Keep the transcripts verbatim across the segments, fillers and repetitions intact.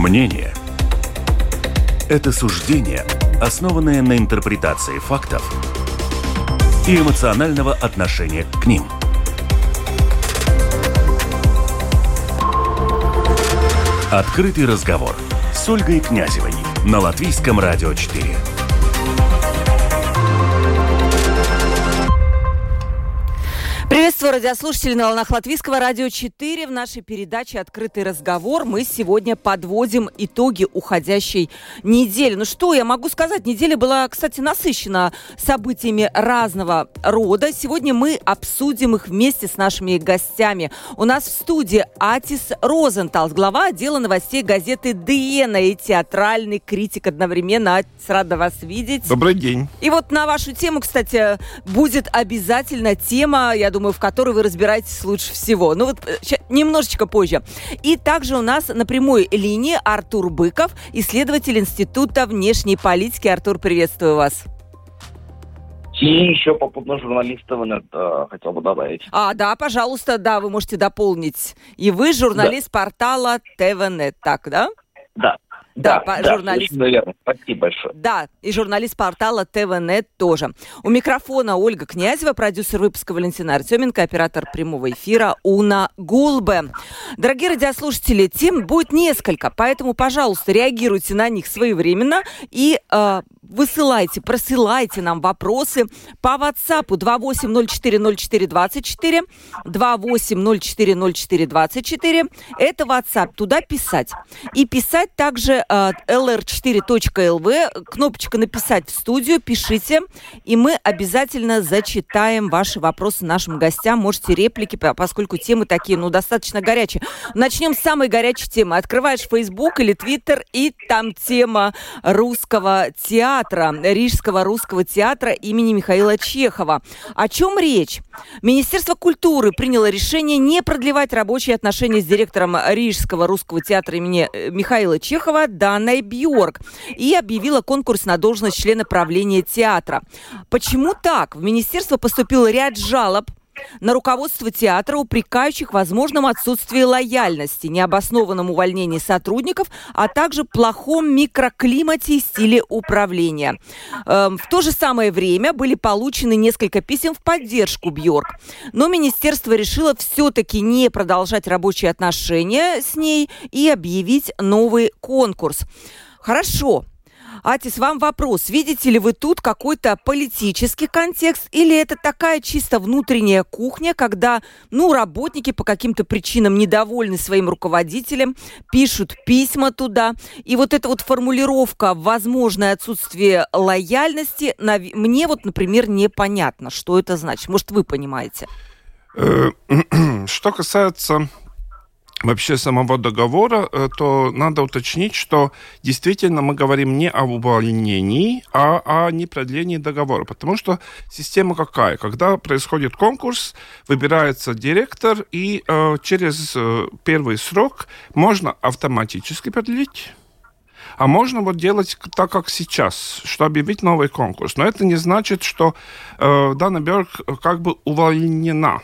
Мнение – это суждение, основанное на интерпретации фактов и эмоционального отношения к ним. Открытый разговор с Ольгой Князевой на Латвийском радио четыре. Приветствую радиослушателей на волнах Латвийского радио четыре. В нашей передаче «Открытый разговор» мы сегодня подводим итоги уходящей недели. Ну что я могу сказать? Неделя была, кстати, насыщена событиями разного рода. Сегодня мы обсудим их вместе с нашими гостями. У нас в студии Атис Розенталс, глава отдела новостей газеты «Диена» и театральный критик одновременно. Атис, рада вас видеть. Добрый день. И вот на вашу тему, кстати, будет обязательно тема, я думаю, в которой вы разбираетесь лучше всего. Ну вот немножечко позже. И также у нас на прямой линии Артур Быков, исследователь Института внешней политики. Артур, приветствую вас. И еще попутно журналистов э, хотел бы добавить. А, да, пожалуйста, да, вы можете дополнить. И вы журналист да. портала ТВНет, так, да? Да. Да, да, по- да, журналист. Наверное. Спасибо большое. Да, и журналист портала ТВНет тоже. У микрофона Ольга Князева, продюсер выпуска Валентина Артеменко, оператор прямого эфира Уна Гулбе. Дорогие радиослушатели, тем будет несколько, поэтому, пожалуйста, реагируйте на них своевременно и э, высылайте, просылайте нам вопросы по WhatsApp два восемь ноль четыре ноль четыре двадцать четыре, два восемь ноль четыре ноль четыре двадцать четыре. Это WhatsApp, туда писать. И писать также эл эр четыре точка эл ви, кнопочка «Написать в студию», пишите, и мы обязательно зачитаем ваши вопросы нашим гостям. Можете реплики, поскольку темы такие, ну, достаточно горячие. Начнем с самой горячей темы. Открываешь Facebook или Twitter, и там тема русского театра, Рижского русского театра имени Михаила Чехова. О чем речь? Министерство культуры приняло решение не продлевать рабочие отношения с директором Рижского русского театра имени Михаила Чехова Даной Бьорк и объявила конкурс на должность члена правления театра. Почему так? В министерство поступил ряд жалоб на руководство театра, упрекающих в возможном отсутствии лояльности, необоснованном увольнении сотрудников, а также плохом микроклимате и стиле управления. Эм, в то же самое время были получены несколько писем в поддержку Бьорк. Но министерство решило все-таки не продолжать рабочие отношения с ней и объявить новый конкурс. Хорошо. Атис, вам вопрос. Видите ли вы тут какой-то политический контекст или это такая чисто внутренняя кухня, когда, ну, работники по каким-то причинам недовольны своим руководителем, пишут письма туда, и вот эта вот формулировка «возможное отсутствие лояльности» мне вот, например, непонятно, что это значит. Может, вы понимаете? Что касается вообще самого договора, то надо уточнить, что действительно мы говорим не об увольнении, а о непродлении договора. Потому что система какая? Когда происходит конкурс, выбирается директор, и э, через э, первый срок можно автоматически продлить, а можно вот делать так, как сейчас, что объявить новый конкурс. Но это не значит, что э, Дана Бьорк как бы увольнена.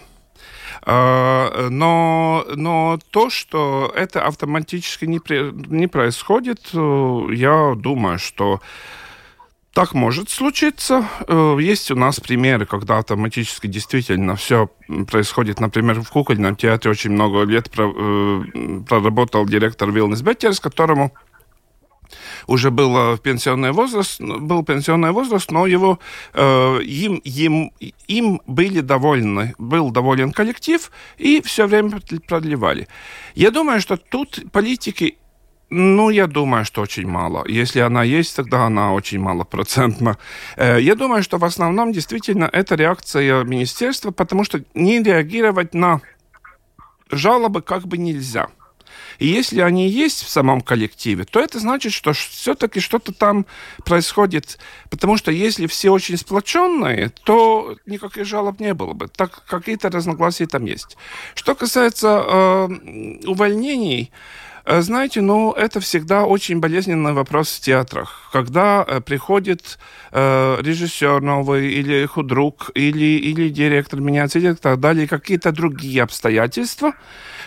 Но, но то, что это автоматически не, при, не происходит, я думаю, что так может случиться. Есть у нас примеры, когда автоматически действительно все происходит. Например, в кукольном театре очень много лет проработал директор Вилнис Беттерс, которому уже был пенсионный возраст, был пенсионный возраст, но его, э, им, им, им были довольны, был доволен коллектив, и все время продлевали. Я думаю, что тут политики, ну, я думаю, что очень мало. Если она есть, тогда она очень малопроцентна. Э, я думаю, что в основном действительно это реакция министерства, потому что не реагировать на жалобы как бы нельзя. И если они есть в самом коллективе, то это значит, что все-таки что-то там происходит. Потому что если все очень сплоченные, то никаких жалоб не было бы. Так какие-то разногласия там есть. Что касается э, увольнений, Знаете, ну, это всегда очень болезненный вопрос в театрах. Когда э, приходит э, режиссер новый, или худрук, или, или директор меняется, или так далее, какие-то другие обстоятельства,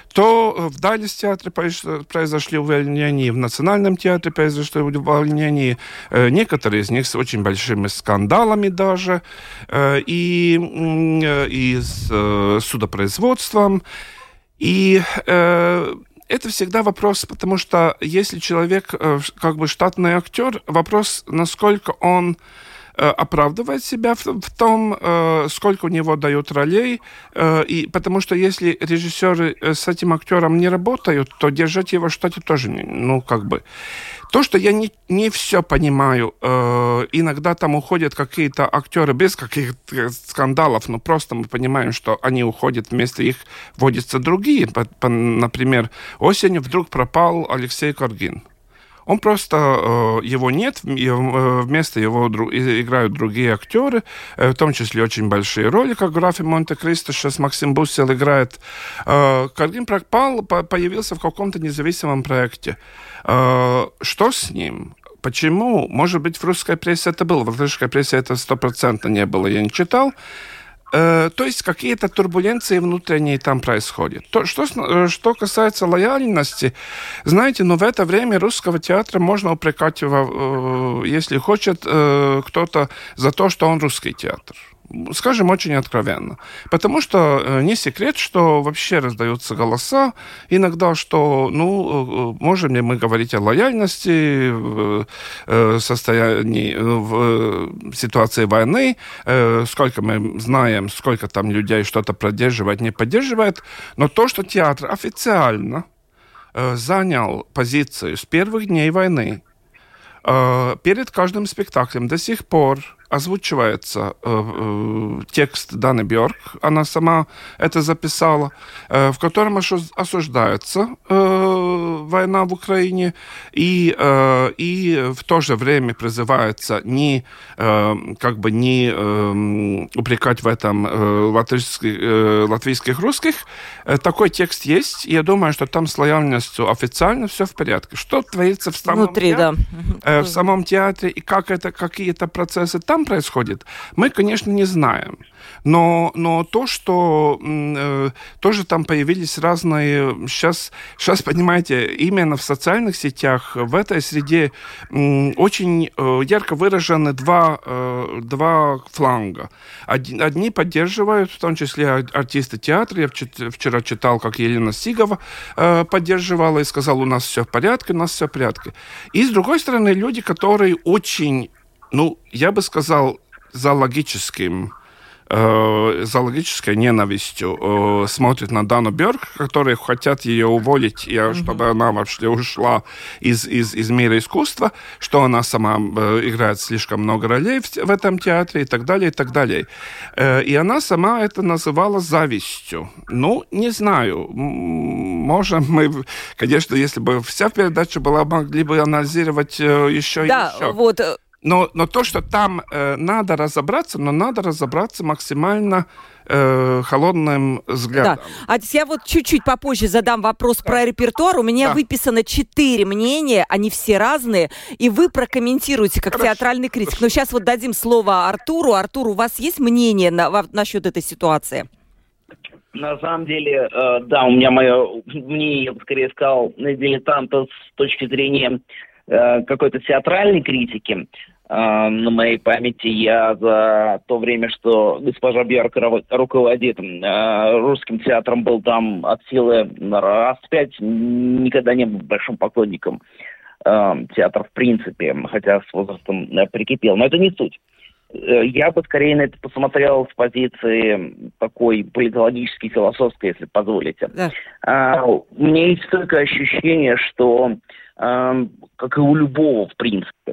то в Дайлис театре произошли увольнения, в Национальном театре произошли увольнения, э, некоторые из них с очень большими скандалами даже, э, и, э, и с э, судопроизводством. И э, это всегда вопрос, потому что если человек э, как бы штатный актер, вопрос, насколько он э, оправдывает себя в, в том, э, сколько у него дают ролей, э, и, потому что если режиссеры с этим актером не работают, то держать его в штате тоже, ну, как бы... То, что я не, не все понимаю, э, иногда там уходят какие-то актеры без каких-то скандалов, но просто мы понимаем, что они уходят, вместо их вводятся другие. По, по, например, осенью вдруг пропал Алексей Коргин. Он просто, э, его нет, вместо его дру, играют другие актеры, э, в том числе очень большие роли, как граф Монте-Кристо, сейчас Максим Бусел играет. Э, Коргин пропал, по, появился в каком-то независимом проекте. Э, что с ним? Почему? Может быть, в русской прессе это было, в русской прессе это стопроцентно не было, я не читал. Э, то есть какие-то турбуленции внутренние там происходят. То, что, что касается лояльности, знаете, но в это время русского театра можно упрекать его, э, если хочет э, кто-то, за то, что он русский театр. Скажем очень откровенно. Потому что э, не секрет, что вообще раздаются голоса иногда, что, ну, э, можем ли мы говорить о лояльности в э, состоянии, в ситуации войны, э, сколько мы знаем, сколько там людей что-то поддерживает, не поддерживает, но то, что театр официально э, занял позицию с первых дней войны, э, перед каждым спектаклем до сих пор озвучивается э, э, текст Даны Бьорк, она сама это записала, э, в котором осуждается э, война в Украине, и, э, и в то же время призывается не, э, как бы не э, упрекать в этом э, латвийских, э, латвийских русских. Э, такой текст есть, и я думаю, что там с лояльностью официально все в порядке. Что творится в самом, Внутри, театре, да. э, в самом театре, и как это, какие-то процессы там происходит, мы, конечно, не знаем. Но, но то, что э, тоже там появились разные... Сейчас, сейчас, понимаете, именно в социальных сетях, в этой среде э, очень э, ярко выражены два, э, два фланга. Одни, одни поддерживают, в том числе артисты театра. Я вчера читал, как Елена Сигова э, поддерживала и сказала, у нас все в порядке, у нас все в порядке. И, с другой стороны, люди, которые очень, ну, я бы сказал, за логическим, э, за логической ненавистью э, смотрят на Дану Бьорк, которые хотят ее уволить, и, mm-hmm. чтобы она вообще ушла из, из, из мира искусства, что она сама э, играет слишком много ролей в, в этом театре и так далее, и так далее. Э, и она сама это называла завистью. Ну, не знаю. Можем мы, конечно, если бы вся передача была, могли бы анализировать э, еще да, и еще. Вот. Но, но то, что там э, надо разобраться, но надо разобраться максимально э, холодным взглядом. Да. А я вот чуть-чуть попозже задам вопрос да. про репертуар. У меня да. выписано четыре мнения, они все разные, и вы прокомментируете как Хорошо. театральный критик. Хорошо. Но сейчас вот дадим слово Артуру. Артур, у вас есть мнение на, в, насчет этой ситуации? На самом деле, э, да, у меня мое мнение, я бы скорее сказал, на дилетанта с точки зрения э, какой-то театральной критики. Э, на моей памяти я за то время, что госпожа Бьорк руководит э, русским театром, был там от силы раз в пять, никогда не был большим поклонником э, театра в принципе, хотя с возрастом э, прикипел. Но это не суть. Я бы скорее на это посмотрел с позиции такой политологической, философской, если позволите. Да. А, у меня есть только ощущение, что, а, как и у любого, в принципе,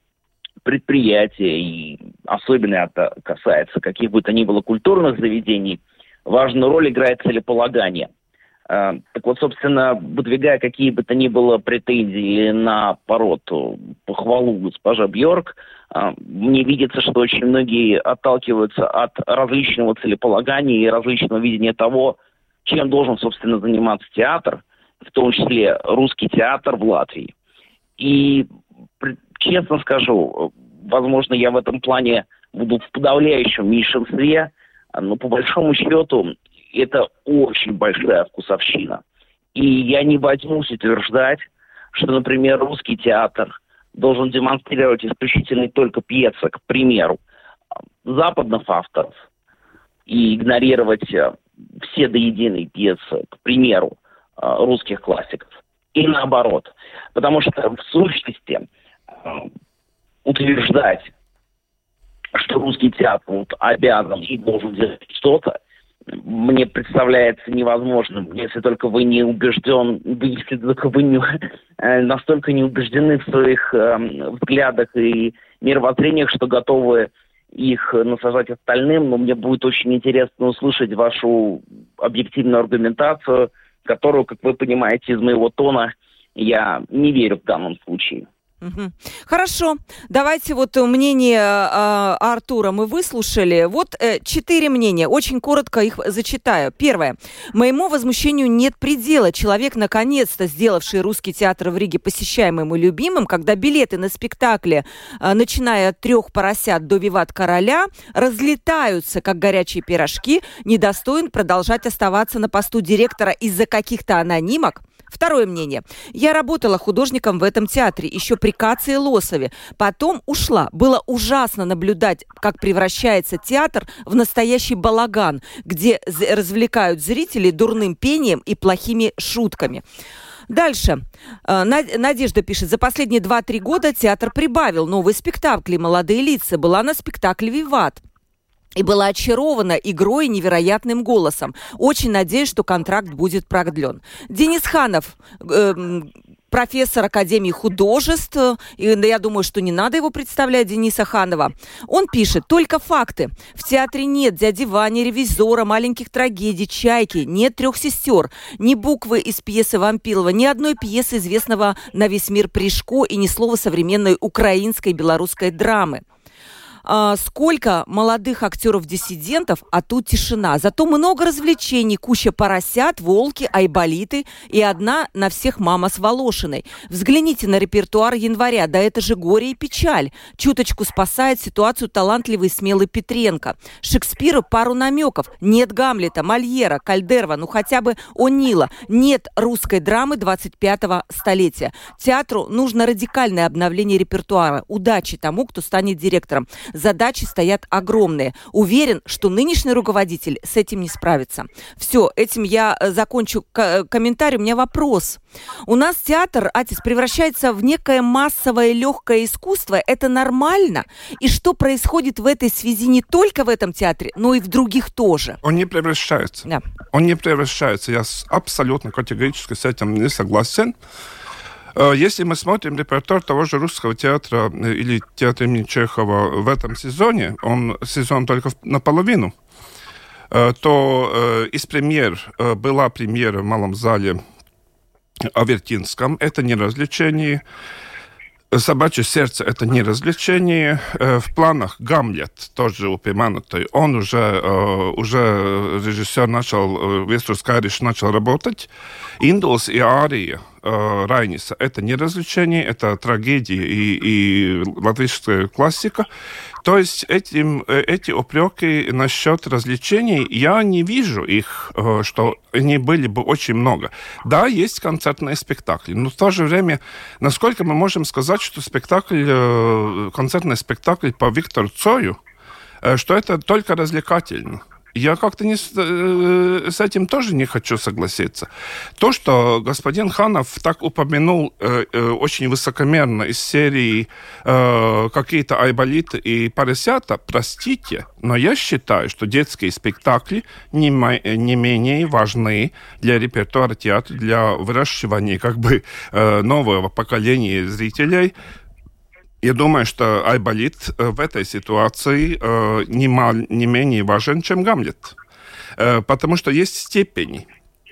предприятия, и особенно это касается каких бы то ни было культурных заведений, важную роль играет целеполагание. А, так вот, собственно, выдвигая какие бы то ни было претензии на пороту, похвалу госпожи Бьорк, а, мне видится, что очень многие отталкиваются от различного целеполагания и различного видения того, чем должен, собственно, заниматься театр. в том числе русский театр в Латвии. И, честно скажу, возможно, я в этом плане буду в подавляющем меньшинстве, но по большому счету это очень большая вкусовщина. И я не возьмусь утверждать, что, например, русский театр должен демонстрировать исключительно только пьесы, к примеру, западных авторов, и игнорировать все до единой пьесы, к примеру, русских классиков. И наоборот. Потому что в сущности утверждать, что русский театр вот обязан и должен делать что-то, мне представляется невозможным, если только вы не убежден, если только вы не, настолько не убеждены в своих э, взглядах и мировоззрениях, что готовы их насаждать остальным. Но мне будет очень интересно услышать вашу объективную аргументацию, которую, как вы понимаете из моего тона, я не верю в данном случае. Угу. Хорошо. Давайте вот мнение э, Артура мы выслушали. Вот э, четыре мнения. Очень коротко их зачитаю. Первое. Моему возмущению нет предела. Человек, наконец-то сделавший русский театр в Риге посещаемым и любимым, когда билеты на спектакли, э, начиная от трех поросят до «Виват короля», разлетаются, как горячие пирожки, недостоин продолжать оставаться на посту директора из-за каких-то анонимок. Второе мнение. Я работала художником в этом театре еще при Кации Лосове. Потом ушла. Было ужасно наблюдать, как превращается театр в настоящий балаган, где развлекают зрителей дурным пением и плохими шутками. Дальше. Надежда пишет. За последние два-три года театр прибавил новые спектакли «Молодые лица». Была на спектакле «Виват». И была очарована игрой и невероятным голосом. Очень надеюсь, что контракт будет продлен. Денис Ханов, э, профессор Академии художеств. И я думаю, что не надо его представлять, Дениса Ханова. Он пишет: только факты. В театре нет дяди Вани, ревизора, маленьких трагедий, чайки, нет трех сестер, ни буквы из пьесы Вампилова, ни одной пьесы известного на весь мир Пришко и ни слова современной украинской и белорусской драмы. А, сколько молодых актеров-диссидентов, а тут тишина. Зато много развлечений, куча поросят, волки, айболиты и одна на всех мама с Волошиной. Взгляните на репертуар января, да это же горе и печаль. Чуточку спасает ситуацию талантливый и смелый Петренко. Шекспиру пару намеков. Нет Гамлета, Мольера, Кальдерва, ну хотя бы О'Нила. Нет русской драмы двадцать пятого столетия. Театру нужно радикальное обновление репертуара. Удачи тому, кто станет директором. Задачи стоят огромные. Уверен, что нынешний руководитель с этим не справится. Все, этим я закончу к- комментарий. У меня вопрос. У нас театр, Атис, превращается в некое массовое легкое искусство. Это нормально? И что происходит в этой связи не только в этом театре, но и в других тоже? Он не превращается. Да. Он не превращается. Я абсолютно категорически с этим не согласен. Если мы смотрим репертуар того же русского театра или театра имени Чехова в этом сезоне, он сезон только наполовину, то из премьер была премьера в Малом зале о Вертинском. Это не развлечение. «Собачье сердце» — это не развлечение. В планах «Гамлет», тоже упомянутый, он уже, уже режиссер начал, Вестурс Кайриш начал работать. «Индулс» и «Ария» Райниса — это не развлечение, это трагедия и, и латвийская классика. То есть этим, эти упреки насчет развлечений, я не вижу их, что они были бы очень много. Да, есть концертные спектакли, но в то же время, насколько мы можем сказать, что спектакль, концертный спектакль по Виктору Цою, что это только развлекательно. Я как-то не с, э, с этим тоже не хочу согласиться. То, что господин Ханов так упомянул э, э, очень высокомерно из серии э, какие-то айболиты и поросята, простите, но я считаю, что детские спектакли не, не менее важны для репертуара театра, для выращивания как бы э, нового поколения зрителей. Я думаю, что Айболит в этой ситуации э, не, мал, не менее важен, чем Гамлет. Э, потому что есть степени.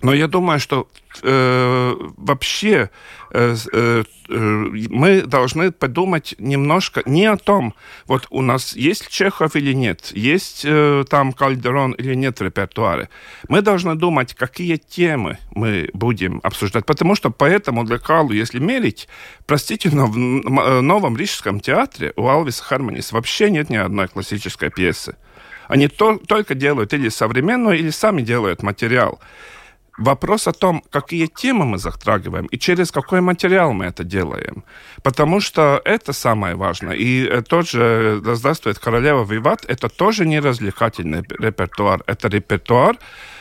Но я думаю, что э, вообще э, э, мы должны подумать немножко не о том, вот у нас есть Чехов или нет, есть э, там Кальдерон или нет в репертуаре. Мы должны думать, какие темы мы будем обсуждать. Потому что по этому лекалу, если мерить, простите, но в Новом Рижском театре у Алвиса Хармонис вообще нет ни одной классической пьесы. Они то, только делают или современную, или сами делают материал. Вопрос о том, какие темы мы затрагиваем и через какой материал мы это делаем. Потому что это самое важное. И тот же «Да здравствует королева Виват» — это тоже не развлекательный репертуар. Это репертуар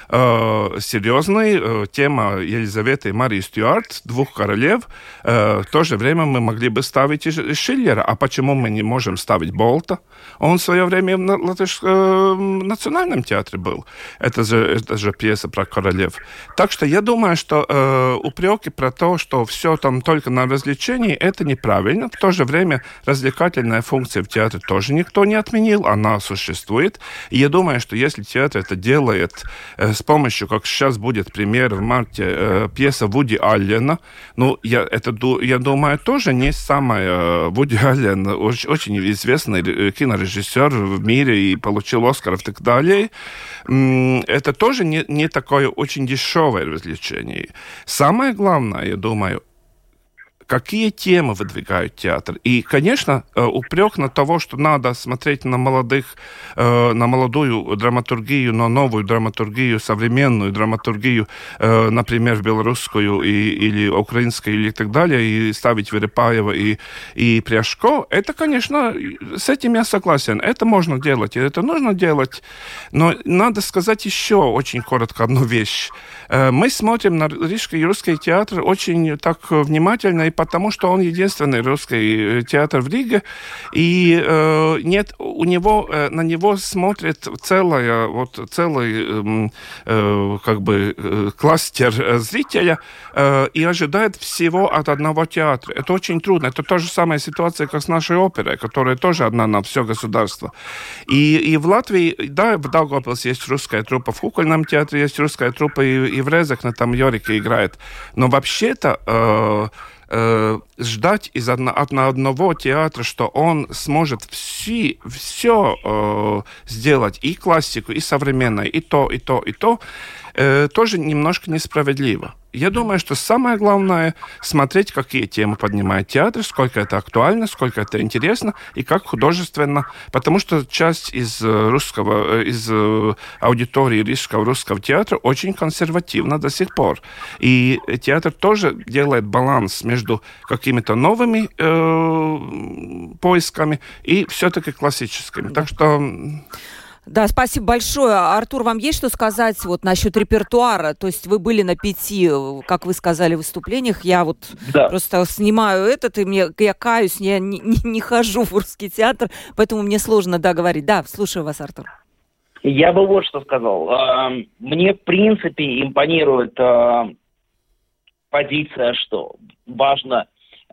э, серьезный. Э, тема Елизаветы и Марии Стюарт, двух королев. Э, в то же время мы могли бы ставить и Шиллера. А почему мы не можем ставить Болта? Он в свое время в Латышском э, национальном театре был. Это же, это же пьеса про королев. Так что я думаю, что э, упреки про то, что все там только на развлечении, это неправильно. В то же время развлекательная функция в театре тоже никто не отменил, она существует. И я думаю, что если театр это делает э, с помощью, как сейчас будет пример в марте, э, пьеса Вуди Аллена, ну, я, это, я думаю, тоже не самая... Вуди Аллен очень, очень известный кинорежиссер в мире и получил Оскаров и так далее. Это тоже не, не такое очень дешевое развлечение. Самое главное, я думаю, какие темы выдвигают театр. И, конечно, упрек на того, что надо смотреть на молодых, на молодую драматургию, на новую драматургию, современную драматургию, например, белорусскую и, или украинскую, или так далее, и ставить Верепаева и, и Пряшко, это, конечно, с этим я согласен. Это можно делать, и это нужно делать. Но надо сказать еще очень коротко одну вещь. Мы смотрим на Рижский русский театр очень так внимательно, и потому что он единственный русский театр в Риге, и э, нет, у него, э, на него смотрит целая, вот, целый э, как бы э, кластер зрителя э, и ожидает всего от одного театра. Это очень трудно. Это та же самая ситуация, как с нашей оперой, которая тоже одна на все государство. И, и в Латвии, да, в Даугавпилсе есть русская труппа, в Кукольном театре есть русская труппа, и, и в Резекне там Йорики играет. Но вообще-то э, ждать из одно, от одного театра, что он сможет все, все э, сделать, и классику, и современное, и то, и то, и то, э, тоже немножко несправедливо. Я думаю, что самое главное смотреть, какие темы поднимает театр, сколько это актуально, сколько это интересно и как художественно, потому что часть из русского, из аудитории Рижского русского театра очень консервативна до сих пор. И театр тоже делает баланс между какими-то новыми э, поисками и все-таки классическими. Да. Так что... Да, спасибо большое. Артур, вам есть что сказать вот насчет репертуара? То есть вы были на пяти, как вы сказали, выступлениях. Я вот да. просто снимаю этот, и мне, я каюсь, я не, не, не хожу в русский театр, поэтому мне сложно, да, говорить. Да, слушаю вас, Артур. Я бы вот что сказал. Мне, в принципе, импонирует позиция, что важно...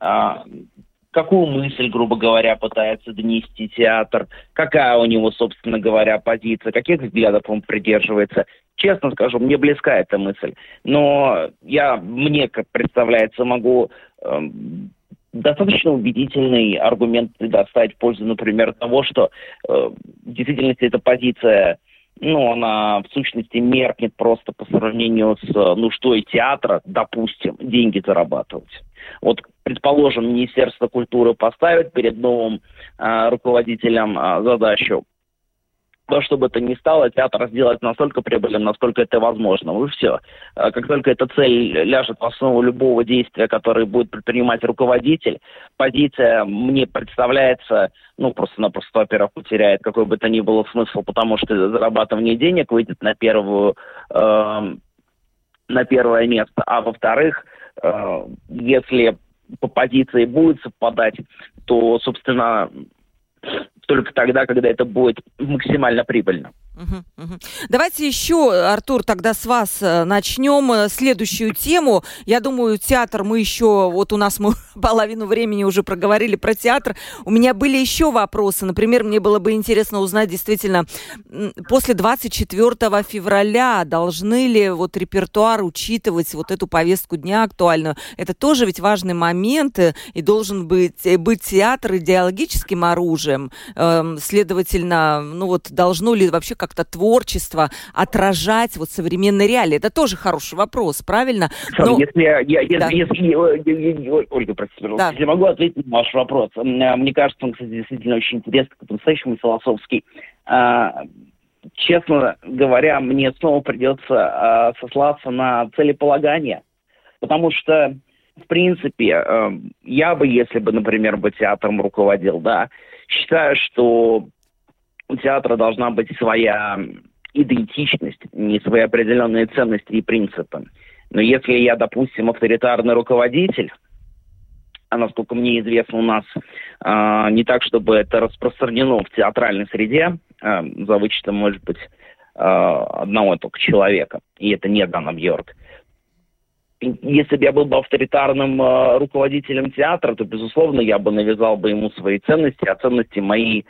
какую мысль, грубо говоря, пытается донести театр, какая у него, собственно говоря, позиция, каких взглядов он придерживается. Честно скажу, мне близка эта мысль. Но я, мне, как представляется, могу э, достаточно убедительный аргумент предоставить в пользу, например, того, что э, в действительности эта позиция, ну, она в сущности меркнет просто по сравнению с нуждой театра, допустим, деньги зарабатывать. Вот, предположим, Министерство культуры поставит перед новым э, руководителем э, задачу, то, чтобы это ни стало, театр сделать настолько прибыльным, насколько это возможно. И все. Э, как только эта цель ляжет в основу любого действия, которое будет предпринимать руководитель, позиция мне представляется, ну, просто-напросто, во-первых, потеряет какой бы то ни было смысл, потому что зарабатывание денег выйдет на первую, э, на первое место, а во-вторых, если по позиции будет совпадать, то, собственно, только тогда, когда это будет максимально прибыльно. Угу, угу. Давайте еще, Артур, тогда с вас начнем следующую тему. Я думаю, театр мы еще, вот у нас мы половину времени уже проговорили про театр. У меня были еще вопросы. Например, мне было бы интересно узнать, действительно, после двадцать четвёртого февраля должны ли вот репертуар учитывать вот эту повестку дня актуальную? Это тоже ведь важный момент, и должен быть, быть театр идеологическим оружием. Следовательно, ну вот должно ли вообще как как-то творчество отражать вот современные реалии? Это тоже хороший вопрос, правильно? Но... Если я, я, да. если, если, Ольга, простите, пожалуйста, да. если могу ответить на ваш вопрос. Мне кажется, он, кстати, действительно очень интересный, по-настоящему философский. Честно говоря, мне снова придется сослаться на целеполагание, потому что, в принципе, я бы, если бы, например, бы театром руководил, да, считаю, что у театра должна быть своя идентичность, не свои определенные ценности и принципы. Но если я, допустим, авторитарный руководитель, а насколько мне известно, у нас э, не так, чтобы это распространено в театральной среде, э, за вычетом, может быть, э, одного только человека, и это не Дана Бьорк. Если бы я был бы авторитарным э, руководителем театра, то, безусловно, я бы навязал бы ему свои ценности, а ценности мои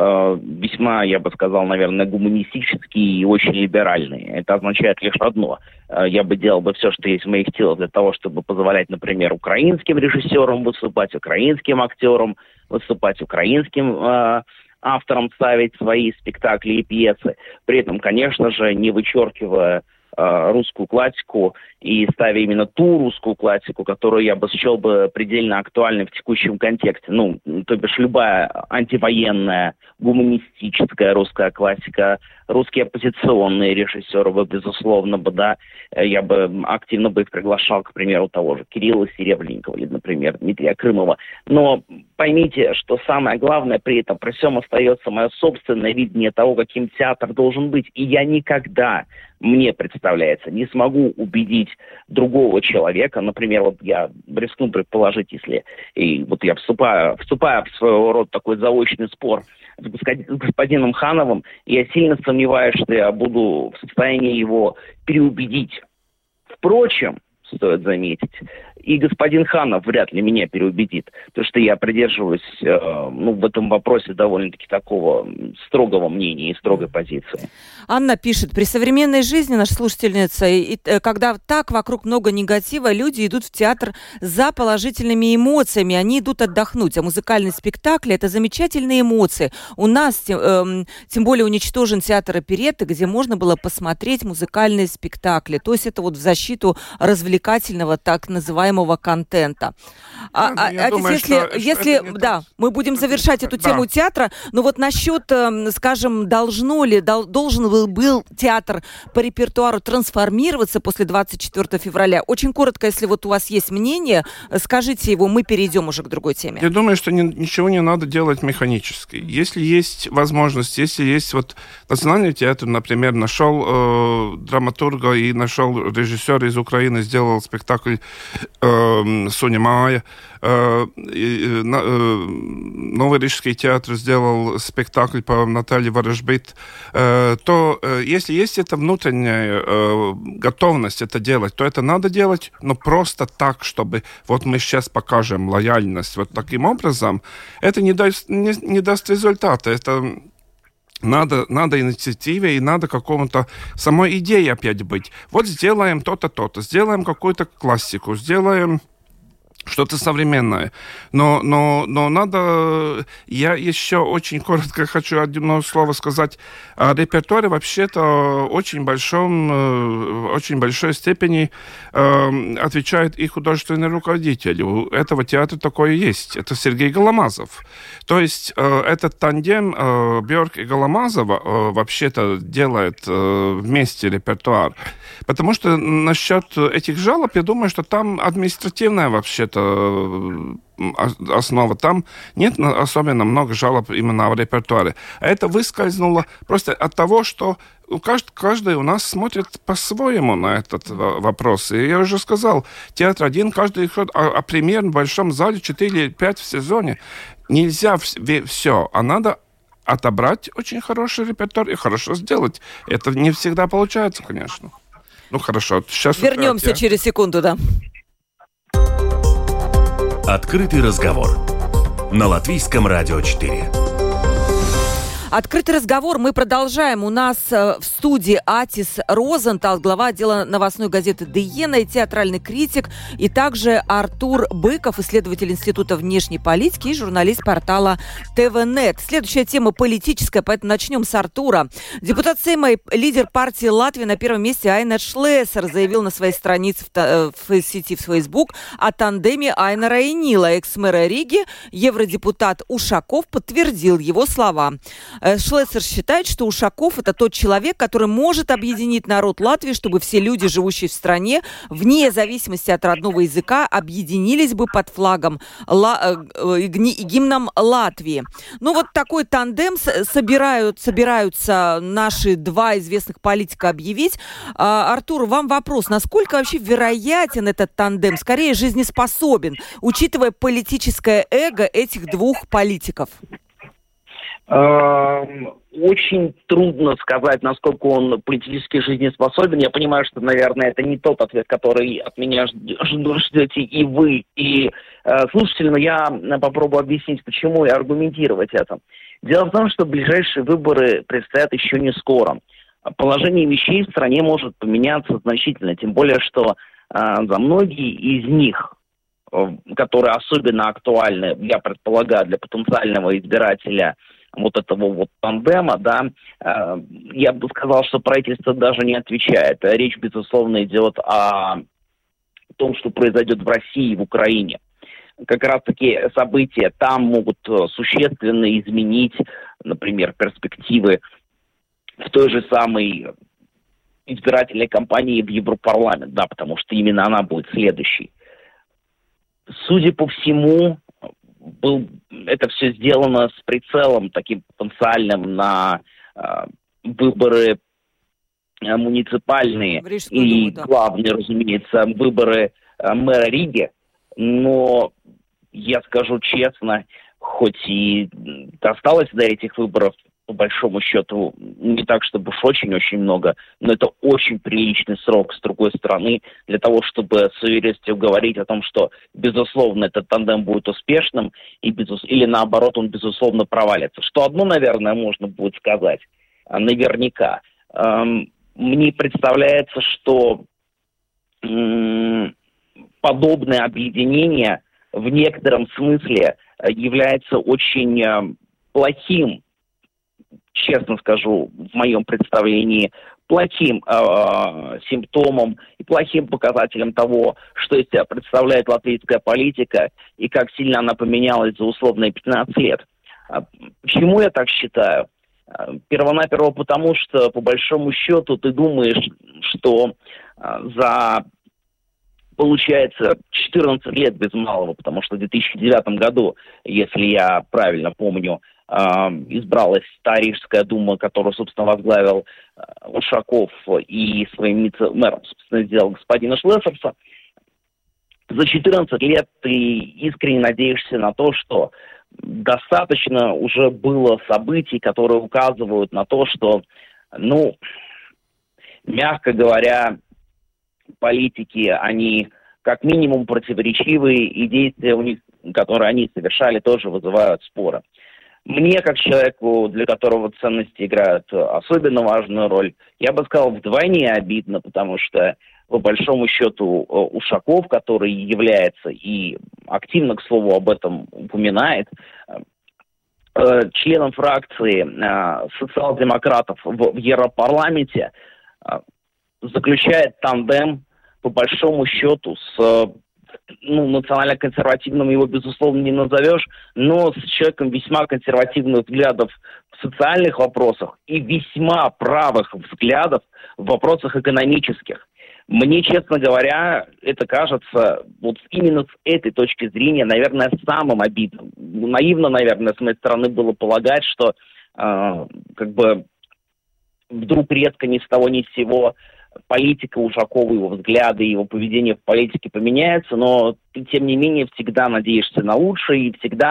весьма, я бы сказал, наверное, гуманистические и очень либеральные. Это означает лишь одно. Я бы делал бы все, что есть в моих силах для того, чтобы позволять, например, украинским режиссерам выступать, украинским актерам выступать, украинским э, авторам ставить свои спектакли и пьесы. При этом, конечно же, не вычеркивая э, русскую классику и ставя именно ту русскую классику, которую я бы счел бы предельно актуальной в текущем контексте. Ну, то бишь любая антивоенная, гуманистическая русская классика, русские оппозиционные режиссеры бы, безусловно, бы, да, я бы активно бы их приглашал, к примеру, того же Кирилла Серебренникова или, например, Дмитрия Крымова. Но поймите, что самое главное при этом, при всем остается мое собственное видение того, каким театр должен быть. И я никогда, мне представляется, не смогу убедить другого человека, например, вот я рискну предположить, если и вот я вступаю, вступаю в своего рода такой заочный спор с господином Хановым, я сильно сомневаюсь, что я буду в состоянии его переубедить. Впрочем, стоит заметить, и господин Ханов вряд ли меня переубедит, потому что я придерживаюсь э, ну, в этом вопросе довольно-таки такого строгого мнения и строгой позиции. Анна пишет, при современной жизни, наша слушательница, и, и, когда так вокруг много негатива, люди идут в театр за положительными эмоциями, они идут отдохнуть, а музыкальный спектакль – это замечательные эмоции. У нас, тем, э, тем более, уничтожен театр оперетты, где можно было посмотреть музыкальные спектакли, то есть это вот в защиту развлекательного так называемого контента. А, да, а, думаю, если, что, если что да, так. мы будем завершать эту тему да. театра, но вот насчет, скажем, должно ли, должен был, был театр по репертуару трансформироваться после двадцать четвёртого февраля? Очень коротко, если вот у вас есть мнение, скажите его, мы перейдем уже к другой теме. Я думаю, что не, ничего не надо делать механически. Если есть возможность, если есть вот Национальный театр, например, нашел э, драматурга и нашел режиссера из Украины, сделал спектакль Суня Мая. Новый Рижский театр сделал спектакль по Наталье Ворожбит. То если есть эта внутренняя готовность это делать, то это надо делать, но просто так, чтобы вот мы сейчас покажем лояльность вот таким образом, это не даст, не, не даст результата. Это Надо, надо инициативе и надо какому-то самой идее опять быть. Вот сделаем то-то, то-то, сделаем какую-то классику, сделаем что-то современное. Но, но, но надо... Я еще очень коротко хочу одно слово сказать. О репертуаре вообще-то очень большом, очень большой степени э, отвечает и художественный руководитель. У этого театра такое есть. Это Сергей Голомазов. То есть э, этот тандем э, Бьорк и Голомазова э, вообще-то делает э, вместе репертуар. Потому что насчет этих жалоб, я думаю, что там административная вообще-то основа. Там нет особенно много жалоб именно в репертуаре. А это выскользнуло просто от того, что каждый, каждый у нас смотрит по-своему на этот вопрос. И я уже сказал, театр один, каждый ход, а, а премьер в большом зале четыре-пять в сезоне. Нельзя все, а надо отобрать очень хороший репертуар и хорошо сделать. Это не всегда получается, конечно. Ну, хорошо. Сейчас Вернемся я... через секунду, да. Открытый разговор на Латвийском радио четыре. Открытый разговор мы продолжаем. У нас в студии Атис Розентал, глава отдела новостной газеты «Диена» и театральный критик, и также Артур Быков, исследователь Института внешней политики и журналист портала ТВНет. Следующая тема политическая, поэтому начнем с Артура. Депутат Сейма и лидер партии Латвии на первом месте Айнар Шлессер заявил на своей странице в, в сети в Facebook о тандеме Айнара и Нила. Экс-мэра Риги, евродепутат Ушаков подтвердил его слова. Шлессер считает, что Ушаков – это тот человек, который может объединить народ Латвии, чтобы все люди, живущие в стране, вне зависимости от родного языка, объединились бы под флагом Ла... и гимном Латвии. Ну вот такой тандем собирают, собираются наши два известных политика объявить. Артур, вам вопрос. Насколько вообще вероятен этот тандем? Скорее, жизнеспособен, учитывая политическое эго этих двух политиков? Очень трудно сказать, насколько он политически жизнеспособен. Я понимаю, что, наверное, это не тот ответ, который от меня ждете и вы, и э, слушатели, но я попробую объяснить, почему и аргументировать это. Дело в том, что ближайшие выборы предстоят еще не скоро. Положение вещей в стране может поменяться значительно, тем более, что э, за многие из них, э, которые особенно актуальны, я предполагаю, для потенциального избирателя вот этого вот тандема, да, э, я бы сказал, что правительство даже не отвечает. Речь, безусловно, идет о том, что произойдет в России и в Украине. Как раз-таки события там могут существенно изменить, например, перспективы в той же самой избирательной кампании в Европарламент, да, потому что именно она будет следующей. Судя по всему, был, это все сделано с прицелом таким потенциальным на э, выборы э, муниципальные и, Думу, да. главные, разумеется, выборы э, мэра Риги. Но я скажу честно, хоть и осталось до этих выборов, по большому счету, не так, чтобы уж очень-очень много, но это очень приличный срок, с другой стороны, для того, чтобы с уверенностью говорить о том, что, безусловно, этот тандем будет успешным, и безус... или, наоборот, он, безусловно, провалится. Что одно, наверное, можно будет сказать, наверняка. Эм, мне представляется, что м- подобное объединение в некотором смысле является очень э, плохим, честно скажу, в моем представлении, плохим э, симптомом и плохим показателем того, что из себя представляет латвийская политика и как сильно она поменялась за условные пятнадцать лет. Почему я так считаю? Первонаперво потому, что, по большому счету, ты думаешь, что э, за, получается, четырнадцать лет без малого, потому что в две тысячи девятом году, если я правильно помню, избралась та Рижская дума, которую, собственно, возглавил Ушаков и своим вице-мэром, собственно, сделал господина Шлессерса. За четырнадцать лет ты искренне надеешься на то, что достаточно уже было событий, которые указывают на то, что, ну, мягко говоря, политики, они как минимум противоречивые, и действия у них, которые они совершали, тоже вызывают споры. Мне, как человеку, для которого ценности играют особенно важную роль, я бы сказал, вдвойне обидно, потому что, по большому счету, Ушаков, который является и активно, к слову, об этом упоминает, членом фракции социал-демократов в Европарламенте, заключает тандем, по большому счету, с... ну, национально-консервативным его, безусловно, не назовешь, но с человеком весьма консервативных взглядов в социальных вопросах и весьма правых взглядов в вопросах экономических. Мне, честно говоря, это кажется вот именно с этой точки зрения, наверное, самым обидным. Наивно, наверное, с моей стороны было полагать, что э, как бы вдруг резко ни с того ни с сего политика Ушакова, его взгляды, его поведение в политике поменяется, но ты, тем не менее, всегда надеешься на лучшее и всегда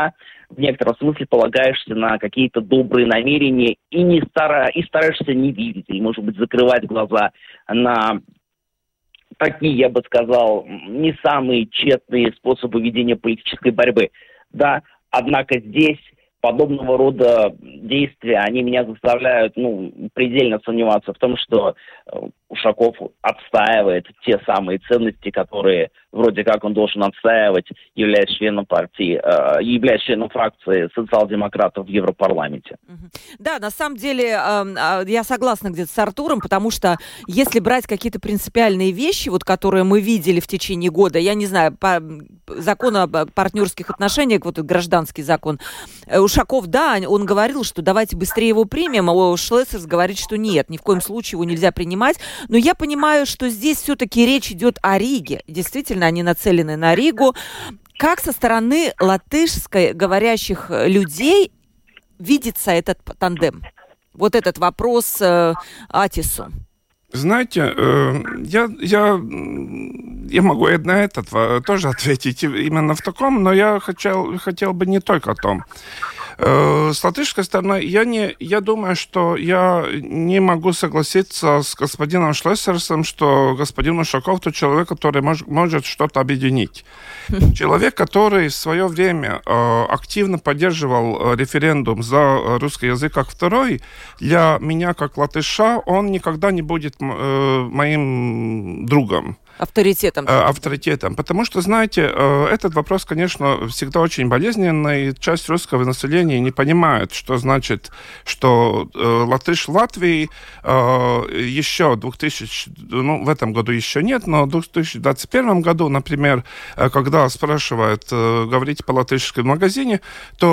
в некотором смысле полагаешься на какие-то добрые намерения и, не стара... и стараешься не видеть, или, может быть, закрывать глаза на такие, я бы сказал, не самые тщетные способы ведения политической борьбы. Да, однако здесь подобного рода действия, они меня заставляют, ну, предельно сомневаться в том, что Ушаков отстаивает те самые ценности, которые вроде как он должен отстаивать, являясь членом партии, э, являясь членом фракции социал-демократов в Европарламенте. Да, на самом деле э, я согласна где-то с Артуром, потому что если брать какие-то принципиальные вещи, вот, которые мы видели в течение года, я не знаю, по закону о партнерских отношениях, вот гражданский закон, Ушаков, да, он говорил, что давайте быстрее его примем, а Шлессерс говорит, что нет, ни в коем случае его нельзя принимать. Но я понимаю, что здесь все-таки речь идет о Риге. Действительно, они нацелены на Ригу. Как со стороны латышской говорящих людей видится этот тандем? Вот этот вопрос э, Атису. Знаете, э, я, я, я могу на этот тоже ответить именно в таком, но я хотел, хотел бы не только о том. Э, с латышской стороны, я, не, я думаю, что я не могу согласиться с господином Шлессерсом, что господин Ушаков тот человек, который мож, может что-то объединить. Человек, который в свое время э, активно поддерживал референдум за русский язык как второй, для меня, как латыша, он никогда не будет э, моим другом. Авторитетом. Э, авторитетом. Потому что, знаете, э, этот вопрос, конечно, всегда очень болезненный. Часть русского населения не понимает, что значит, что э, латыш в Латвии э, еще двухтысячном, ну, в этом году еще нет, но в две тысячи двадцать первом году, например, э, когда спрашивают, э, говорить по-латышски в магазине,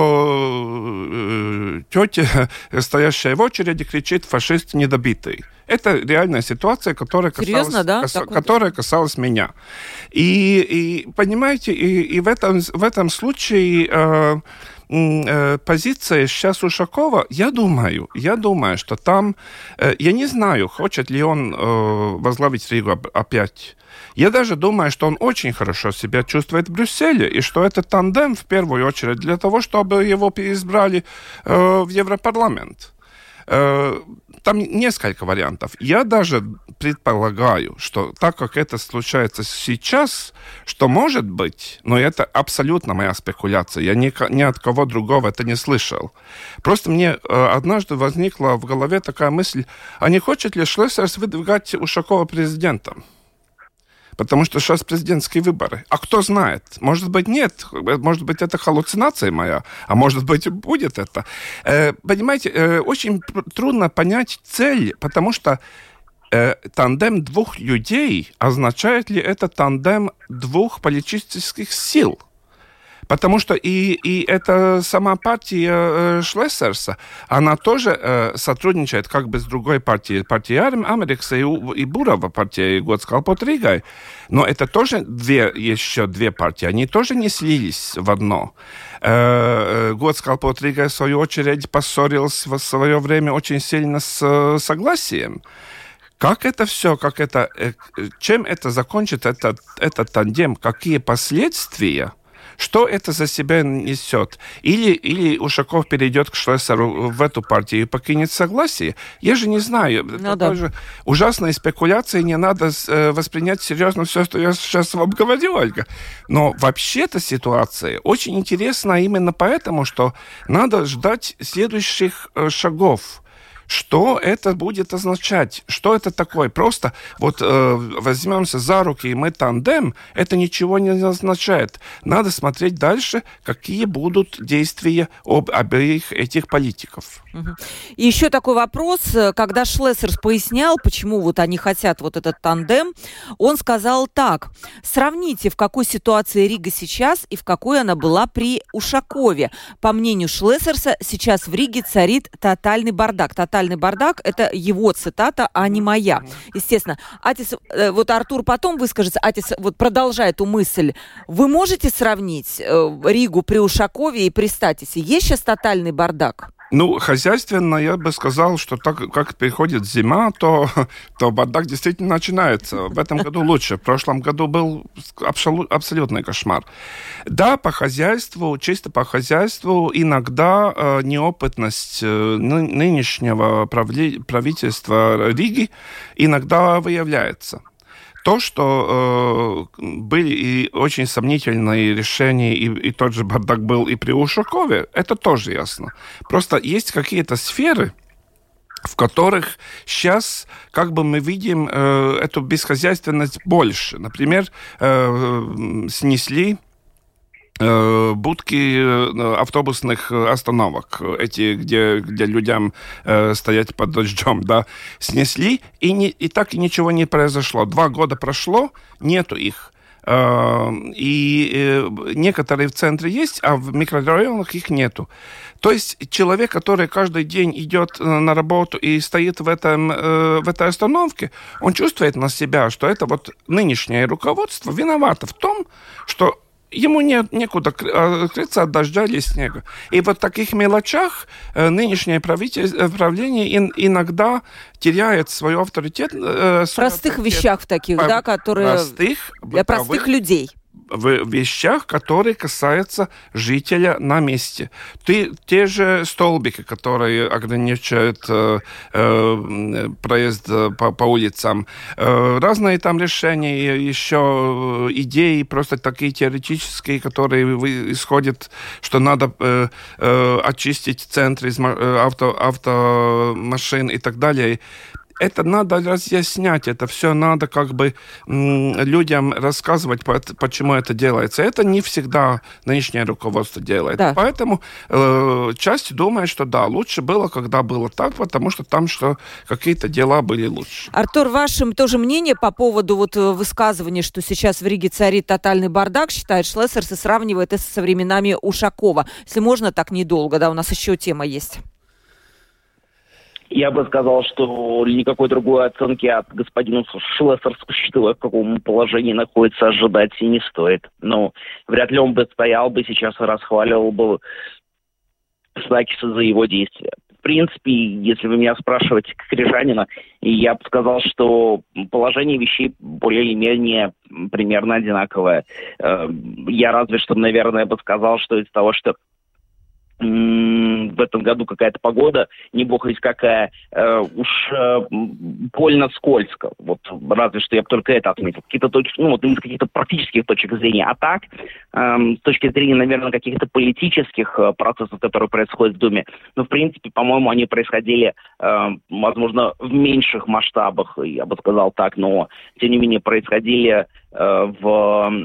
то э, тетя, стоящая в очереди, кричит: «Фашист недобитый». Это реальная ситуация, которая касалась, Серьезно, да? кас, которая касалась меня. И, и понимаете, и, и в, этом, в этом случае э, э, позиция сейчас Ушакова, я думаю, я думаю, что там, э, я не знаю, хочет ли он э, возглавить Ригу опять. Я даже думаю, что он очень хорошо себя чувствует в Брюсселе, и что это тандем, в первую очередь, для того, чтобы его переизбрали э, в Европарламент. Там несколько вариантов. Я даже предполагаю, что так как это случается сейчас, что может быть, но это абсолютно моя спекуляция, я ни, ни от кого другого это не слышал. Просто мне э, однажды возникла в голове такая мысль, а не хочет ли Шлессерс выдвигать Ушакова президентом? Потому что сейчас президентские выборы. А кто знает? Может быть, нет. Может быть, это халлюцинация моя. А может быть, будет это. Э, понимаете, э, очень трудно понять цель, потому что э, тандем двух людей, означает ли это тандем двух политических сил? Потому что и, и эта сама партия э, Шлессерса, она тоже э, сотрудничает как бы с другой партией, партией Америкса и, и Бурова, партией Godskálpot Rīgai. Но это тоже две, еще две партии, они тоже не слились в одно. Э, Godskálpot Rīgai, в свою очередь, поссорился в свое время очень сильно с э, Согласием. Как это все, как это, э, чем это закончится, этот, этот тандем, какие последствия? Что это за себя несет? Или, или Ушаков перейдет к Шлессеру в эту партию и покинет Согласие? Я же не знаю. Ну, это да. Тоже ужасные спекуляции, не надо э, воспринять серьезно все, что я сейчас вам говорю, Ольга. Но вообще-то ситуация очень интересна именно поэтому, что надо ждать следующих э, шагов. Что это будет означать? Что это такое? Просто вот э, возьмемся за руки, и мы тандем, это ничего не означает. Надо смотреть дальше, какие будут действия об обеих этих политиков. И еще такой вопрос. Когда Шлессерс пояснял, почему вот они хотят вот этот тандем, он сказал так: сравните, в какой ситуации Рига сейчас и в какой она была при Ушакове. По мнению Шлессерса, сейчас в Риге царит тотальный бардак. Тотальный бардак – это его цитата, а не моя. Естественно. Атис, вот Артур потом выскажется. Атис вот продолжает эту мысль. Вы можете сравнить Ригу при Ушакове и при Статисе? Есть сейчас тотальный бардак? Ну, хозяйственно я бы сказал, что так как приходит зима, то, то бардак действительно начинается. В этом году лучше. В прошлом году был абсолют, абсолютный кошмар. Да, по хозяйству, чисто по хозяйству, иногда э, неопытность э, нынешнего правли, правительства Риги иногда выявляется. То, что э, были и очень сомнительные решения, и, и тот же бардак был и при Ушакове, это тоже ясно. Просто есть какие-то сферы, в которых сейчас, как бы мы видим, э, эту бесхозяйственность больше. Например, э, снесли будки автобусных остановок, эти, где, где людям э, стоять под дождем, да, снесли, и, не, и так и ничего не произошло. Два года прошло, нету их. Э, и э, некоторые в центре есть, а в микрорайонах их нету. То есть человек, который каждый день идет на работу и стоит в, этом, э, в этой остановке, он чувствует на себя, что это вот нынешнее руководство виновато в том, что ему не, некуда крыться от дождя или снега. И вот в таких мелочах э, нынешнее правление ин, иногда теряет свой авторитет. Э, в простых авторитет, вещах в таких, по, да, которые простых, для простых людей. В вещах, которые касаются жителя на месте. Ты, те же столбики, которые ограничивают э, э, проезд по, по улицам, э, разные там решения, еще идеи, просто такие теоретические, которые исходят, что надо э, э, очистить центр из авто, автомашин и так далее. Это надо разъяснять, это все надо как бы м, людям рассказывать, почему это делается. Это не всегда нынешнее руководство делает. Да. Поэтому э, часть думает, что да, лучше было, когда было так, потому что там что какие-то дела были лучше. Артур, ваше тоже мнение по поводу вот высказывания, что сейчас в Риге царит тотальный бардак, считает Шлессерс и сравнивает это со временами Ушакова. Если можно, так недолго, да, у нас еще тема есть. Я бы сказал, что никакой другой оценки от господина Шлессерса, учитывая, в каком положении находится, ожидать и не стоит. Но вряд ли он бы стоял бы сейчас и расхваливал бы Сакиса за его действия. В принципе, если вы меня спрашиваете как рижанина, я бы сказал, что положение вещей более или менее примерно одинаковое. Я разве что, наверное, бы сказал, что из того, что в этом году какая-то погода, не бог весть какая, э, уж э, больно скользко. Вот разве что я бы только это отметил. Какие-то точки, ну вот из каких-то практических точек зрения. А так, э, с точки зрения, наверное, каких-то политических э, процессов, которые происходят в Думе, ну, в принципе, по-моему, они происходили, э, возможно, в меньших масштабах, я бы сказал так, но, тем не менее, происходили э, в...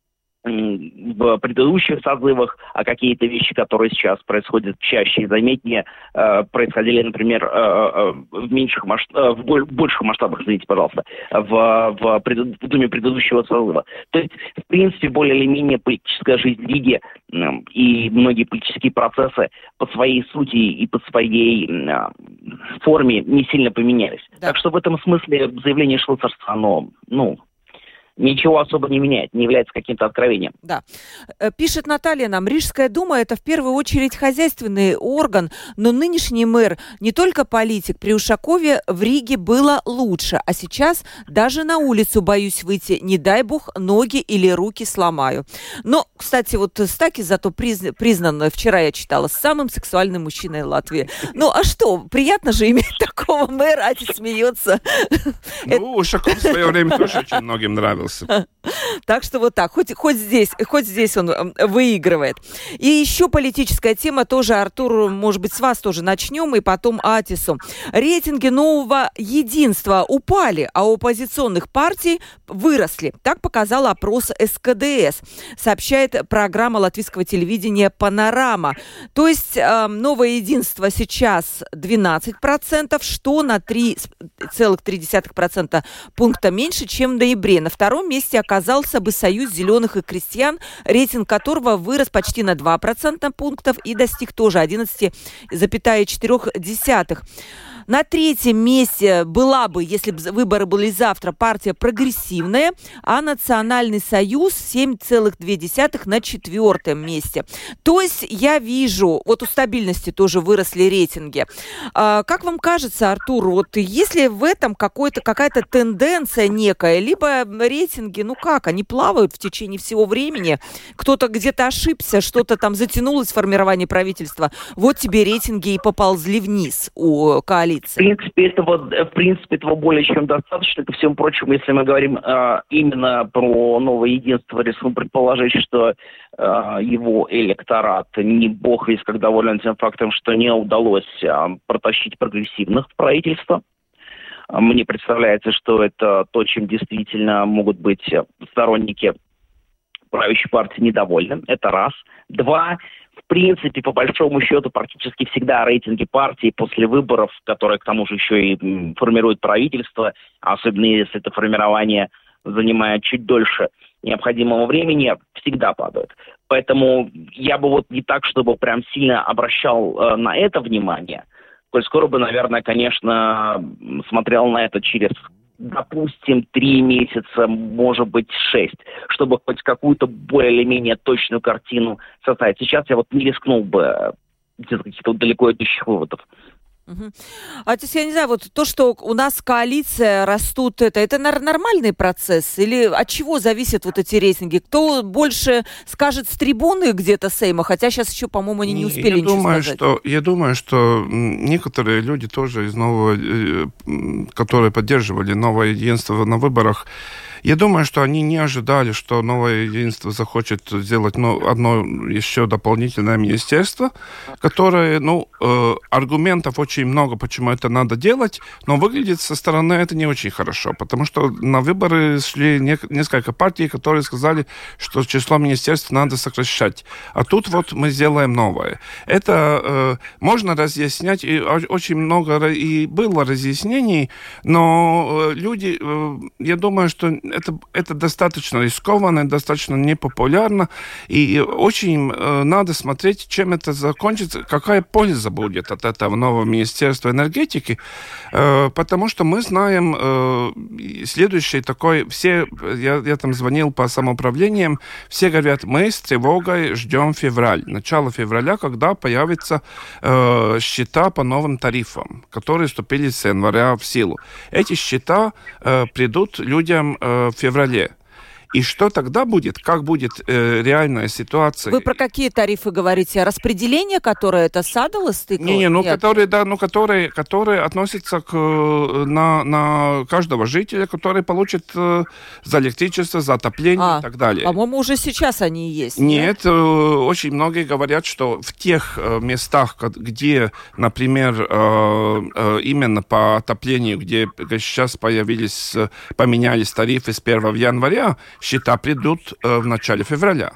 в предыдущих созывах, а какие-то вещи, которые сейчас происходят чаще и заметнее, э, происходили, например, э, э, в меньших масштабах, в больших масштабах, извините, пожалуйста, в, в, пред, в Думе предыдущего созыва. То есть, в принципе, более или менее политическая жизнь Риги э, и многие политические процессы по своей сути и по своей э, форме не сильно поменялись. Да. Так что в этом смысле заявление Шлессерса, оно, ну, ничего особо не меняет, не является каким-то откровением. Да. Пишет Наталья нам, Рижская дума – это в первую очередь хозяйственный орган, но нынешний мэр не только политик. При Ушакове в Риге было лучше, а сейчас даже на улицу боюсь выйти, не дай бог, ноги или руки сломаю. Но, кстати, вот Стакис зато приз... признан, вчера я читала, самым сексуальным мужчиной Латвии. Ну, а что, приятно же иметь такого мэра, а ты смеется. Ну, Ушаков в свое время тоже очень многим нравился. Так что вот так, хоть, хоть, здесь, хоть здесь он выигрывает. И еще политическая тема тоже, Артур, может быть, с вас тоже начнем, и потом Атису. Рейтинги нового единства упали, а у оппозиционных партий выросли. Так показал опрос эс ка дэ эс, сообщает программа латвийского телевидения «Панорама». То есть э, новое единство сейчас двенадцать процентов, что на три целых три десятых процента пункта меньше, чем в ноябре. На втором месте оказался бы Союз зеленых и крестьян, рейтинг которого вырос почти на два процента пунктов и достиг тоже одиннадцать целых четыре десятых. На третьем месте была бы, если бы выборы были завтра, партия «Прогрессивная», а «Национальный союз» семь целых две десятых на четвертом месте. То есть я вижу, вот у стабильности тоже выросли рейтинги. А, как вам кажется, Артур, вот есть ли в этом какой-то, какая-то тенденция некая, либо рейтинги, ну как, они плавают в течение всего времени, кто-то где-то ошибся, что-то там затянулось в формировании правительства, вот тебе рейтинги и поползли вниз у коалиции. В принципе, этого, в принципе, этого более чем достаточно. Ко всему прочему, если мы говорим э, именно про новое единство, рискну предположить, что э, его электорат не бог весь как доволен тем фактом, что не удалось э, протащить прогрессивных в правительство. Мне представляется, что это то, чем действительно могут быть сторонники правящей партии недовольны. Это раз. Два. В принципе, по большому счету, практически всегда рейтинги партии после выборов, которые, к тому же, еще и формируют правительство, особенно если это формирование занимает чуть дольше необходимого времени, всегда падают. Поэтому я бы вот не так, чтобы прям сильно обращал э, на это внимание. Коль скоро бы, наверное, конечно, смотрел на это через, допустим, три месяца, может быть, шесть, чтобы хоть какую-то более или менее точную картину составить. Сейчас я вот не рискнул бы делать каких-то далеко идущих выводов. Угу. А то есть, я не знаю, вот то, что у нас коалиция растут, это, это нормальный процесс? Или от чего зависят вот эти рейтинги? Кто больше скажет с трибуны где-то Сейма? Хотя сейчас еще, по-моему, они не успели я ничего думаю, сказать. Что, я думаю, что некоторые люди тоже из нового, которые поддерживали новое единство на выборах, я думаю, что они не ожидали, что новое единство захочет сделать ну, одно еще дополнительное министерство, которое, ну, э, аргументов очень много, почему это надо делать, но выглядит со стороны это не очень хорошо, потому что на выборы шли не, несколько партий, которые сказали, что число министерств надо сокращать. А тут вот мы сделаем новое. Это э, можно разъяснять, и очень много и было разъяснений, но э, люди, э, я думаю, что Это, это достаточно рискованно, достаточно непопулярно, и очень э, надо смотреть, чем это закончится, какая польза будет от этого нового Министерства энергетики, э, потому что мы знаем э, следующий такой, все, я, я там звонил по самоуправлениям, все говорят, мы с тревогой ждем февраль, начало февраля, когда появятся э, счета по новым тарифам, которые вступили с января в силу. Эти счета э, придут людям э, в феврале. И что тогда будет? Как будет э, реальная ситуация? Вы про какие тарифы говорите? Распределение, которое это садало стыково? Не, не, ну которые, да, ну которые, которые относятся к на, на каждого жителя, который получит э, за электричество, за отопление а, и так далее. По-моему, уже сейчас они есть. Нет, э, очень многие говорят, что в тех э, местах, где, например, э, э, именно по отоплению, где сейчас появились, поменялись тарифы с первого января, счета придут э, в начале февраля.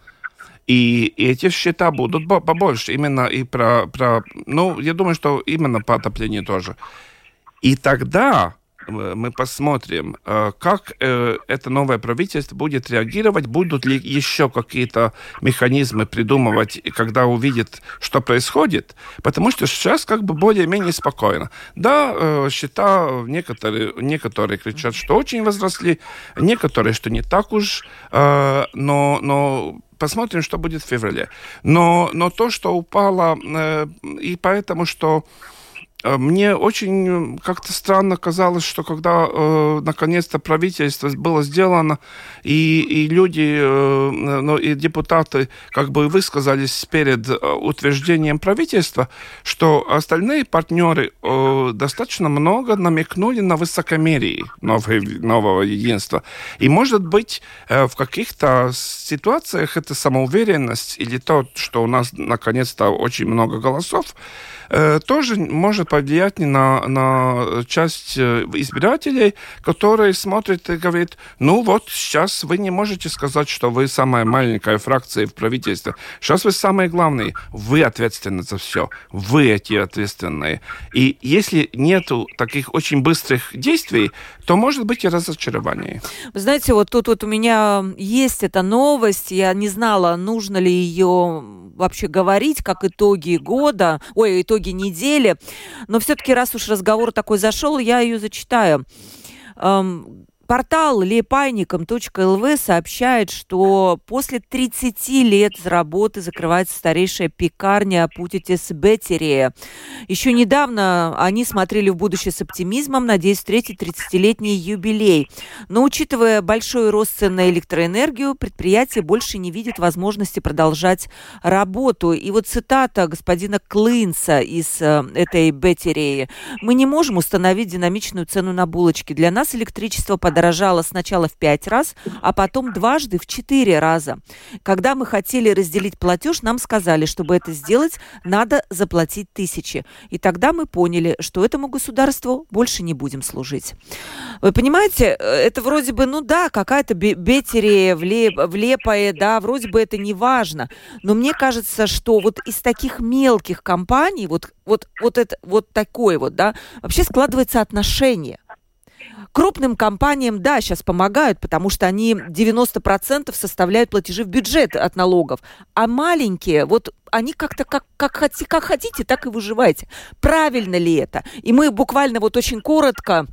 И эти счета будут побольше. Именно и про, про... Ну, я думаю, что именно по отоплению тоже. И тогда мы посмотрим, как это новое правительство будет реагировать, будут ли еще какие-то механизмы придумывать, когда увидят, что происходит, потому что сейчас как бы более-менее спокойно. Да, счета некоторые, некоторые кричат, что очень возросли, некоторые, что не так уж, но... но посмотрим, что будет в феврале. Но, но то, что упало, и поэтому, что мне очень как-то странно казалось, что когда э, наконец-то правительство было сделано, и, и люди, э, ну, и депутаты как бы высказались перед утверждением правительства, что остальные партнеры э, достаточно много намекнули на высокомерие нового, нового единства. И, может быть, э, в каких-то ситуациях эта самоуверенность или то, что у нас наконец-то очень много голосов, э, тоже может повлиять на, на часть избирателей, которые смотрят и говорят, ну вот сейчас вы не можете сказать, что вы самая маленькая фракция в правительстве. Сейчас вы самые главные. Вы ответственны за все. Вы эти ответственные. И если нету таких очень быстрых действий, то может быть и разочарование. Вы знаете, вот тут вот у меня есть эта новость. Я не знала, нужно ли ее вообще говорить, как итоги года, ой, итоги недели. Но все-таки, раз уж разговор такой зашел, я ее зачитаю. Эм, Портал лепайником точка эл ви сообщает, что после тридцати лет с работы закрывается старейшая пекарня Путитис Бетерия. Еще недавно они смотрели в будущее с оптимизмом, надеясь встретить тридцатилетний юбилей. Но, учитывая большой рост цен на электроэнергию, предприятие больше не видит возможности продолжать работу. И вот цитата господина Клинца из э, этой Бетерии. «Мы не можем установить динамичную цену на булочки. Для нас электричество под дорожало сначала в пять раз, а потом дважды в четыре раза. Когда мы хотели разделить платеж, нам сказали, чтобы это сделать, надо заплатить тысячи. И тогда мы поняли, что этому государству больше не будем служить». Вы понимаете, это вроде бы, ну да, какая-то Бетерия, Влепая, да, вроде бы это не важно. Но мне кажется, что вот из таких мелких компаний, вот, вот, вот, это, вот такое вот, да, вообще складывается отношение. Крупным компаниям, да, сейчас помогают, потому что они девяносто процентов составляют платежи в бюджет от налогов. А маленькие, вот они как-то как, как, как хотите, так и выживаете. Правильно ли это? И мы буквально вот очень коротко,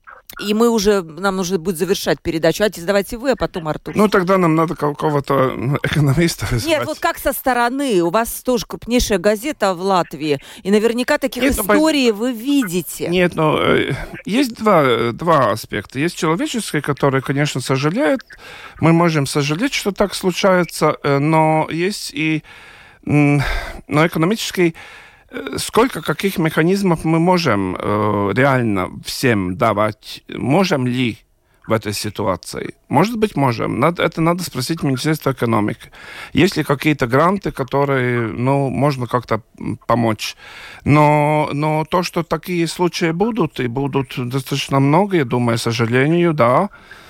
и мы уже, нам нужно будет завершать передачу. Атис, давайте вы, а потом Артур. Ну, тогда нам надо какого-то экономиста вызвать. Нет, вот как со стороны? У вас тоже крупнейшая газета в Латвии, и наверняка таких Нет, историй ну, вы видите. Нет, ну, есть два, два аспекта. Есть человеческий, который, конечно, сожалеет. Мы можем сожалеть, что так случается, но есть и но экономический. Сколько, каких механизмов мы можем э, реально всем давать? Можем ли в этой ситуации? Может быть, можем. Надо, это надо спросить Министерство экономики. Есть ли какие-то гранты, которые, ну, можно как-то помочь? Но, но то, что такие случаи будут, и будут достаточно много, я думаю, к сожалению, да.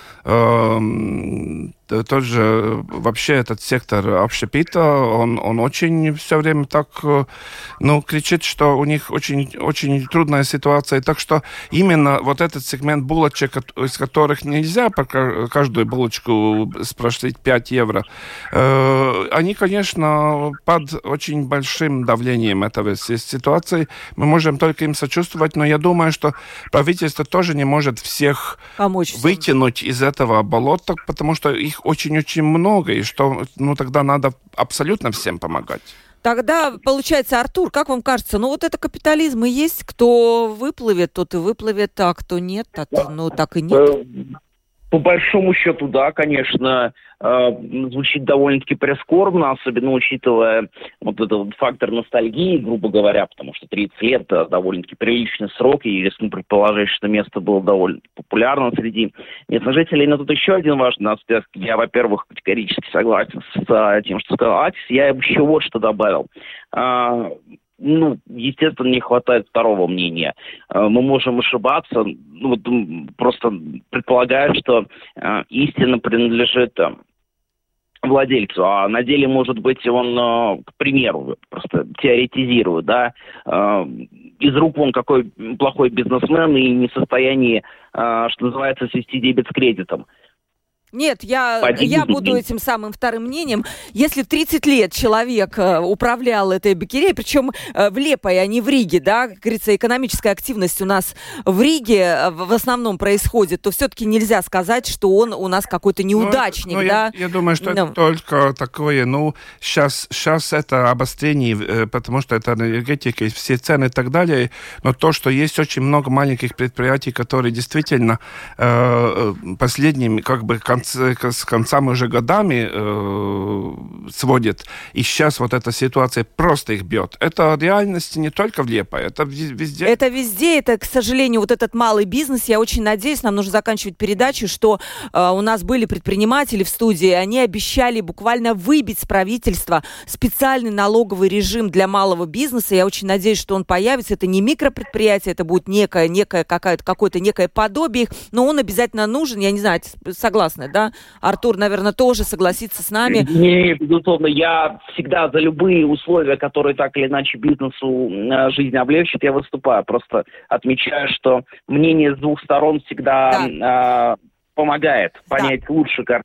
Тот же вообще этот сектор общепита, он, он очень все время так, ну, кричит, что у них очень, очень трудная ситуация. Так что именно вот этот сегмент булочек, из которых нельзя каждую булочку спросить пять евро, они, конечно, под очень большим давлением этого ситуации. Мы можем только им сочувствовать, но я думаю, что правительство тоже не может всех помочь вытянуть из этого болота, потому что их очень-очень много, и что, ну, тогда надо абсолютно всем помогать. Тогда, получается, Артур, как вам кажется, ну, вот это капитализм и есть, кто выплывет, тот и выплывет, а кто нет, а то, ну, так и нет. По большому счету, да, конечно, звучит довольно-таки прискорбно, особенно учитывая вот этот вот фактор ностальгии, грубо говоря, потому что тридцать лет – довольно-таки приличный срок, и рискну предположить, что место было довольно популярно среди местных жителей. Но тут еще один важный аспект. Я, во-первых, категорически согласен с тем, что сказал Атис. Я еще вот что добавил. Ну, естественно, не хватает второго мнения. Мы можем ошибаться, ну, вот, просто предполагаю, что э, истина принадлежит э, владельцу, а на деле, может быть, он, э, к примеру, просто теоретизирует, да, э, из рук вон какой плохой бизнесмен и не в состоянии, э, что называется, свести дебет с кредитом. Нет, я, я буду этим самым вторым мнением. Если тридцать лет человек э, управлял этой бекерией, причем э, в Лепое, а не в Риге, да, как говорится, экономическая активность у нас в Риге э, в основном происходит, то все-таки нельзя сказать, что он у нас какой-то неудачник, ну, ну, да. Я, я думаю, что no. это только такое, ну, сейчас, сейчас это обострение, э, потому что это энергетика, все цены и так далее, но то, что есть очень много маленьких предприятий, которые действительно э, последними, как бы, с концами уже годами э, сводит, и сейчас вот эта ситуация просто их бьет. Это реальность не только в Лепое, это везде. Это везде, это, к сожалению, вот этот малый бизнес. Я очень надеюсь, нам нужно заканчивать передачу, что э, у нас были предприниматели в студии, они обещали буквально выбить с правительства специальный налоговый режим для малого бизнеса. Я очень надеюсь, что он появится. Это не микропредприятие, это будет некое, некое какое-то, какое-то некое подобие их, но он обязательно нужен. Я не знаю, согласна, да? Артур, наверное, тоже согласится с нами. Не, безусловно, я всегда за любые условия, которые так или иначе бизнесу жизнь облегчат, я выступаю. Просто отмечаю, что мнение с двух сторон всегда да. э, помогает понять да. лучше картину.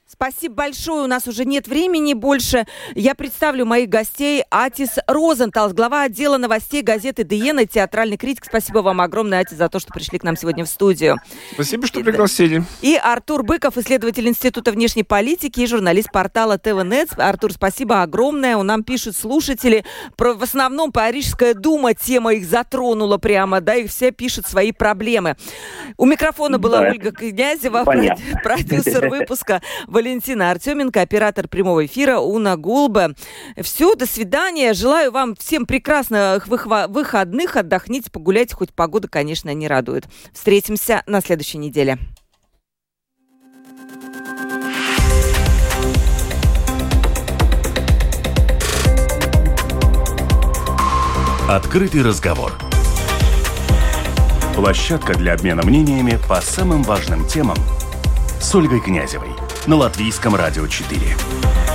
Спасибо большое. У нас уже нет времени больше. Я представлю моих гостей. Атис Розенталс, глава отдела новостей газеты «Диена», театральный критик. Спасибо вам огромное, Атис, за то, что пришли к нам сегодня в студию. Спасибо, что пригласили. И Артур Быков, исследователь Института внешней политики и журналист портала ТВНет. Артур, спасибо огромное. У нам пишут слушатели. Про, в основном Парижская дума, тема их затронула прямо, да, их все пишут свои проблемы. У микрофона была да. Ольга Князева, Понятно. продюсер выпуска Валентина Артеменко, оператор прямого эфира Уна Гулбе. Все, до свидания. Желаю вам всем прекрасных выходных. Отдохните, погуляйте, хоть погода, конечно, не радует. Встретимся на следующей неделе. Открытый разговор. Площадка для обмена мнениями по самым важным темам с Ольгой Князевой на Латвийском радио четыре.